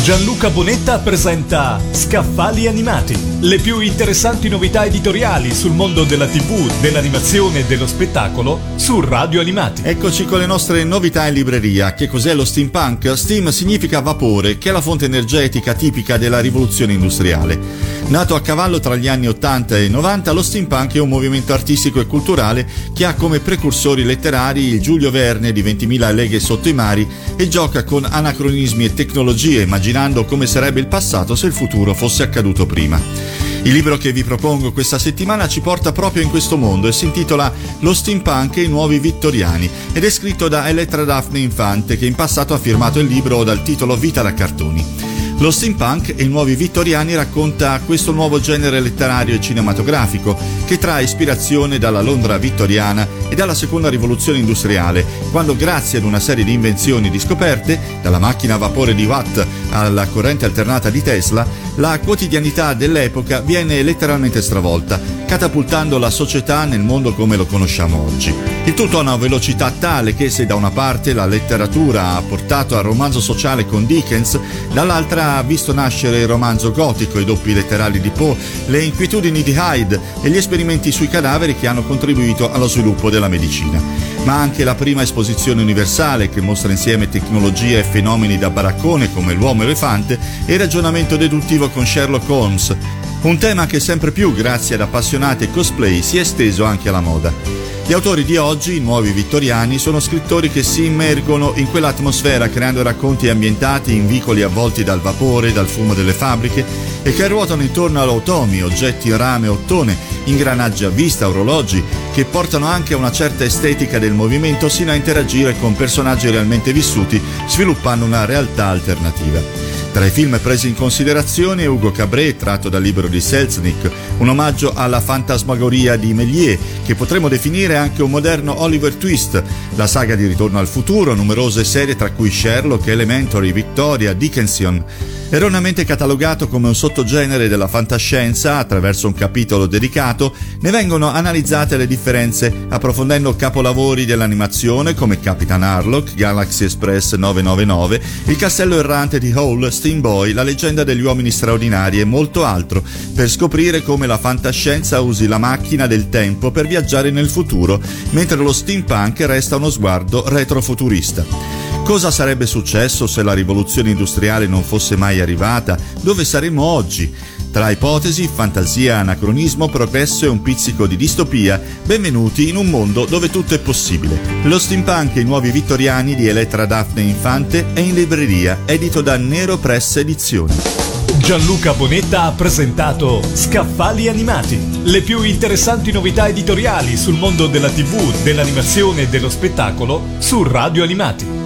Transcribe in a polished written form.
Gianluca Bonetta presenta Scaffali Animati, le più interessanti novità editoriali sul mondo della TV, dell'animazione e dello spettacolo su Radio Animati. Eccoci con le nostre novità in libreria. Che cos'è lo steampunk? Steam significa vapore, che è la fonte energetica tipica della rivoluzione industriale. Nato a cavallo tra gli anni 80 e 90, lo steampunk è un movimento artistico e culturale che ha come precursori letterari il Giulio Verne di 20.000 leghe sotto i mari e gioca con anacronismi e tecnologie, immaginando come sarebbe il passato se il futuro fosse accaduto prima. Il libro che vi propongo questa settimana ci porta proprio in questo mondo e si intitola Lo steampunk e i nuovi vittoriani ed è scritto da Elettra Daphne Infante, che in passato ha firmato il libro dal titolo Vita da cartoni. Lo steampunk e i nuovi vittoriani racconta questo nuovo genere letterario e cinematografico che trae ispirazione dalla Londra vittoriana e dalla seconda rivoluzione industriale, quando grazie ad una serie di invenzioni e di scoperte, dalla macchina a vapore di Watt alla corrente alternata di Tesla, la quotidianità dell'epoca viene letteralmente stravolta, catapultando la società nel mondo come lo conosciamo oggi. Il tutto a una velocità tale che, se da una parte la letteratura ha portato al romanzo sociale con Dickens, dall'altra ha visto nascere il romanzo gotico, i doppi letterali di Poe, le inquietudini di Hyde e gli esperimenti sui cadaveri che hanno contribuito allo sviluppo della medicina. Ma anche la prima esposizione universale, che mostra insieme tecnologia e fenomeni da baraccone come l'uomo elefante e il ragionamento deduttivo con Sherlock Holmes. Un tema che sempre più, grazie ad appassionati cosplay, si è esteso anche alla moda. Gli autori di oggi, i nuovi vittoriani, sono scrittori che si immergono in quell'atmosfera creando racconti ambientati in vicoli avvolti dal vapore, dal fumo delle fabbriche e che ruotano intorno a automi, oggetti in rame e ottone, ingranaggi a vista, orologi, che portano anche a una certa estetica del movimento sino a interagire con personaggi realmente vissuti, sviluppando una realtà alternativa. Tra i film presi in considerazione Hugo Cabret, tratto dal libro di Selznick, un omaggio alla fantasmagoria di Méliès, che potremmo definire anche un moderno Oliver Twist, la saga di Ritorno al futuro, numerose serie tra cui Sherlock, Elementary, Victoria, Dickensian. Erroneamente catalogato come un sottogenere della fantascienza, attraverso un capitolo dedicato, ne vengono analizzate le differenze, approfondendo capolavori dell'animazione come Capitan Harlock, Galaxy Express 999, Il castello errante di Hall, Steam Boy, La leggenda degli uomini straordinari e molto altro, per scoprire come la fantascienza usi la macchina del tempo per viaggiare nel futuro, mentre lo steampunk resta uno sguardo retrofuturista. Cosa sarebbe successo se la rivoluzione industriale non fosse mai arrivata? Dove saremmo oggi? Tra ipotesi, fantasia, anacronismo, progresso e un pizzico di distopia, benvenuti in un mondo dove tutto è possibile. Lo steampunk e i nuovi vittoriani di Elettra Daphne Infante è in libreria, edito da Nero Press Edizioni. Gianluca Bonetta ha presentato Scaffali Animati, le più interessanti novità editoriali sul mondo della TV, dell'animazione e dello spettacolo su Radio Animati.